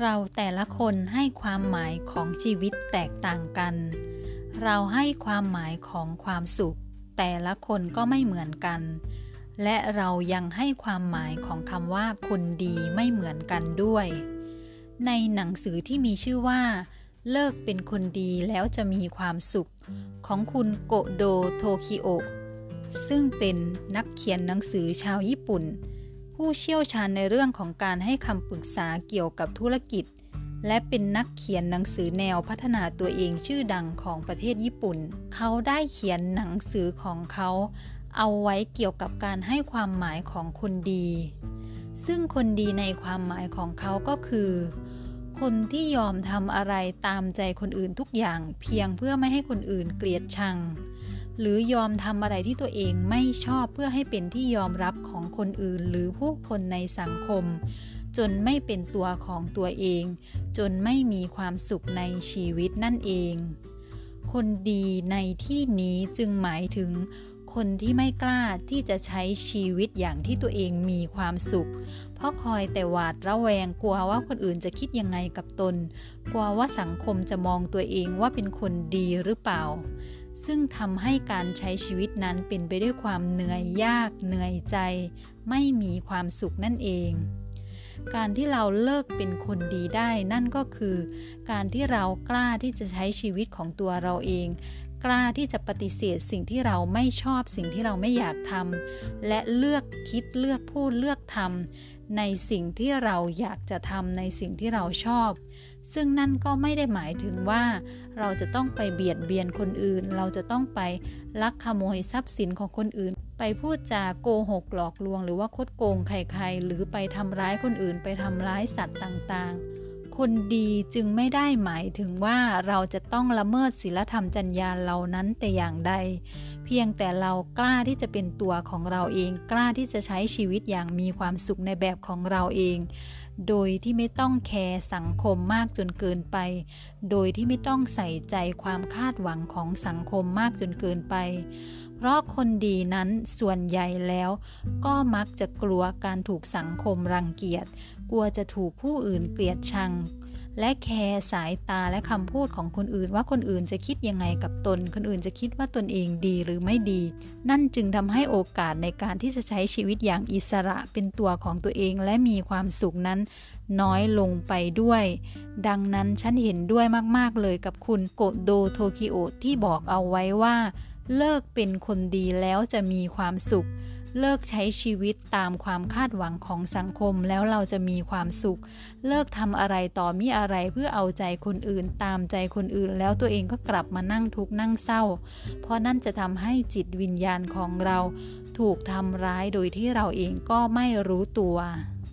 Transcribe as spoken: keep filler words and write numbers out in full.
เราแต่ละคนให้ความหมายของชีวิตแตกต่างกันเราให้ความหมายของความสุขแต่ละคนก็ไม่เหมือนกันและเรายังให้ความหมายของคำว่าคนดีไม่เหมือนกันด้วยในหนังสือที่มีชื่อว่าเลิกเป็นคนดีแล้วจะมีความสุขของคุณโกโดโทคิโอะซึ่งเป็นนักเขียนหนังสือชาวญี่ปุ่นผู้เชี่ยวชาญในเรื่องของการให้คำปรึกษาเกี่ยวกับธุรกิจและเป็นนักเขียนหนังสือแนวพัฒนาตัวเองชื่อดังของประเทศญี่ปุ่นเขาได้เขียนหนังสือของเขาเอาไว้เกี่ยวกับการให้ความหมายของคนดีซึ่งคนดีในความหมายของเขาก็คือคนที่ยอมทำอะไรตามใจคนอื่นทุกอย่างเพียงเพื่อไม่ให้คนอื่นเกลียดชังหรือยอมทำอะไรที่ตัวเองไม่ชอบเพื่อให้เป็นที่ยอมรับของคนอื่นหรือผู้คนในสังคมจนไม่เป็นตัวของตัวเองจนไม่มีความสุขในชีวิตนั่นเองคนดีในที่นี้จึงหมายถึงคนที่ไม่กล้าที่จะใช้ชีวิตอย่างที่ตัวเองมีความสุขเพราะคอยแต่หวาดระแวงกลัวว่าคนอื่นจะคิดยังไงกับตนกลัวว่าสังคมจะมองตัวเองว่าเป็นคนดีหรือเปล่าซึ่งทำให้การใช้ชีวิตนั้นเป็นไปด้วยความเหนื่อยยากเหนื่อยใจไม่มีความสุขนั่นเองการที่เราเลิกเป็นคนดีได้นั่นก็คือการที่เรากล้าที่จะใช้ชีวิตของตัวเราเองกล้าที่จะปฏิเสธสิ่งที่เราไม่ชอบสิ่งที่เราไม่อยากทำและเลือกคิดเลือกพูดเลือกทำในสิ่งที่เราอยากจะทำในสิ่งที่เราชอบซึ่งนั่นก็ไม่ได้หมายถึงว่าเราจะต้องไปเบียดเบียนคนอื่นเราจะต้องไปลักขโมยทรัพย์สินของคนอื่นไปพูดจาโกหกหลอกลวงหรือว่าคดโกงใครๆหรือไปทำร้ายคนอื่นไปทำร้ายสัตว์ต่างๆคนดีจึงไม่ได้หมายถึงว่าเราจะต้องละเมิดศีลธรรมจรรยาเหล่านั้นแต่อย่างใดเพียงแต่เรากล้าที่จะเป็นตัวของเราเองกล้าที่จะใช้ชีวิตอย่างมีความสุขในแบบของเราเองโดยที่ไม่ต้องแคร์สังคมมากจนเกินไปโดยที่ไม่ต้องใส่ใจความคาดหวังของสังคมมากจนเกินไปเพราะคนดีนั้นส่วนใหญ่แล้วก็มักจะกลัวการถูกสังคมรังเกียจกลัวจะถูกผู้อื่นเกลียดชังและแคร์สายตาและคำพูดของคนอื่นว่าคนอื่นจะคิดยังไงกับตนคนอื่นจะคิดว่าตนเองดีหรือไม่ดีนั่นจึงทำให้โอกาสในการที่จะใช้ชีวิตอย่างอิสระเป็นตัวของตัวเองและมีความสุขนั้นน้อยลงไปด้วยดังนั้นฉันเห็นด้วยมากๆเลยกับคุณโกโดโทคิโอะที่บอกเอาไว้ว่าเลิกเป็นคนดีแล้วจะมีความสุขเลิกใช้ชีวิตตามความคาดหวังของสังคมแล้วเราจะมีความสุขเลิกทำอะไรต่อมิอะไรเพื่อเอาใจคนอื่นตามใจคนอื่นแล้วตัวเองก็กลับมานั่งทุกข์นั่งเศร้าเพราะนั่นจะทำให้จิตวิญญาณของเราถูกทำร้ายโดยที่เราเองก็ไม่รู้ตัว